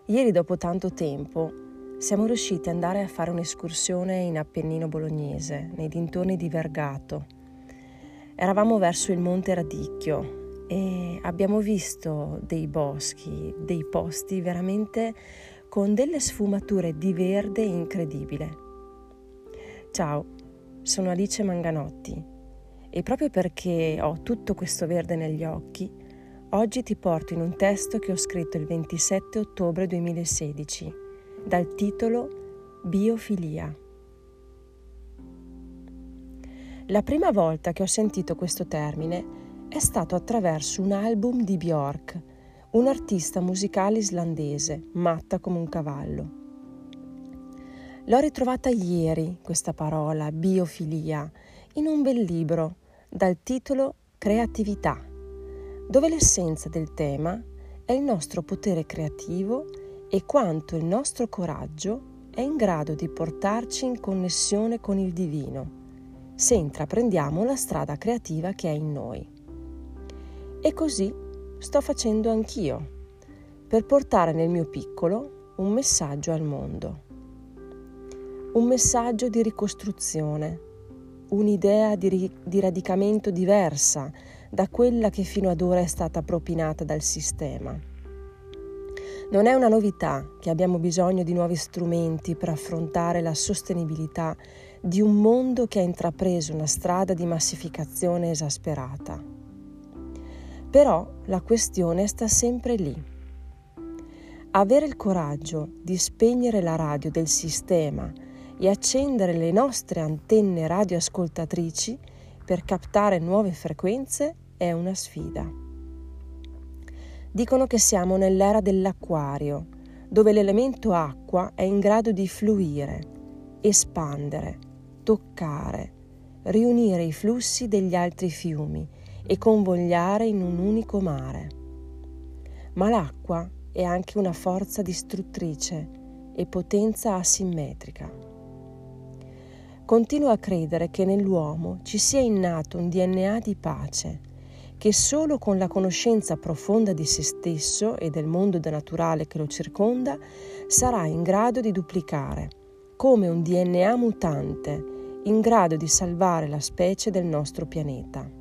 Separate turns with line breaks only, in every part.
Ieri, dopo tanto tempo, siamo riusciti ad andare a fare un'escursione in Appennino bolognese, nei dintorni di Vergato. Eravamo verso il Monte Radicchio e abbiamo visto dei boschi, dei posti veramente con delle sfumature di verde incredibile. Ciao, sono Alice Manganotti e proprio perché ho tutto questo verde negli occhi, oggi ti porto in un testo che ho scritto il 27 ottobre 2016, dal titolo Biofilia. La prima volta che ho sentito questo termine è stato attraverso un album di Björk, un'artista musicale islandese, matta come un cavallo. L'ho ritrovata ieri, questa parola, biofilia, in un bel libro dal titolo Creatività, dove l'essenza del tema è il nostro potere creativo e quanto il nostro coraggio è in grado di portarci in connessione con il divino, se intraprendiamo la strada creativa che è in noi. E così sto facendo anch'io, per portare nel mio piccolo un messaggio al mondo. Un messaggio di ricostruzione, un'idea di radicamento diversa da quella che fino ad ora è stata propinata dal sistema. Non è una novità che abbiamo bisogno di nuovi strumenti per affrontare la sostenibilità di un mondo che ha intrapreso una strada di massificazione esasperata. Però la questione sta sempre lì. Avere il coraggio di spegnere la radio del sistema e accendere le nostre antenne radioascoltatrici per captare nuove frequenze è una sfida. Dicono che siamo nell'era dell'acquario, dove l'elemento acqua è in grado di fluire, espandere, toccare, riunire i flussi degli altri fiumi e convogliare in un unico mare. Ma l'acqua è anche una forza distruttrice e potenza asimmetrica. Continuo a credere che nell'uomo ci sia innato un DNA di pace, che solo con la conoscenza profonda di se stesso e del mondo naturale che lo circonda sarà in grado di duplicare, come un DNA mutante, in grado di salvare la specie del nostro pianeta.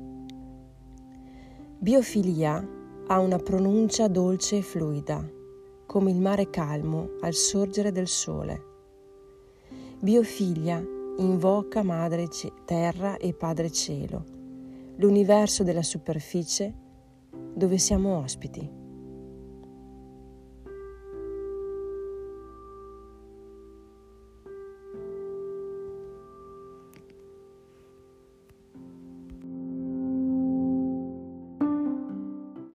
Biofilia ha una pronuncia dolce e fluida, come il mare calmo al sorgere del sole. Biofilia invoca Madre Terra e Padre Cielo, l'universo della superficie dove siamo ospiti.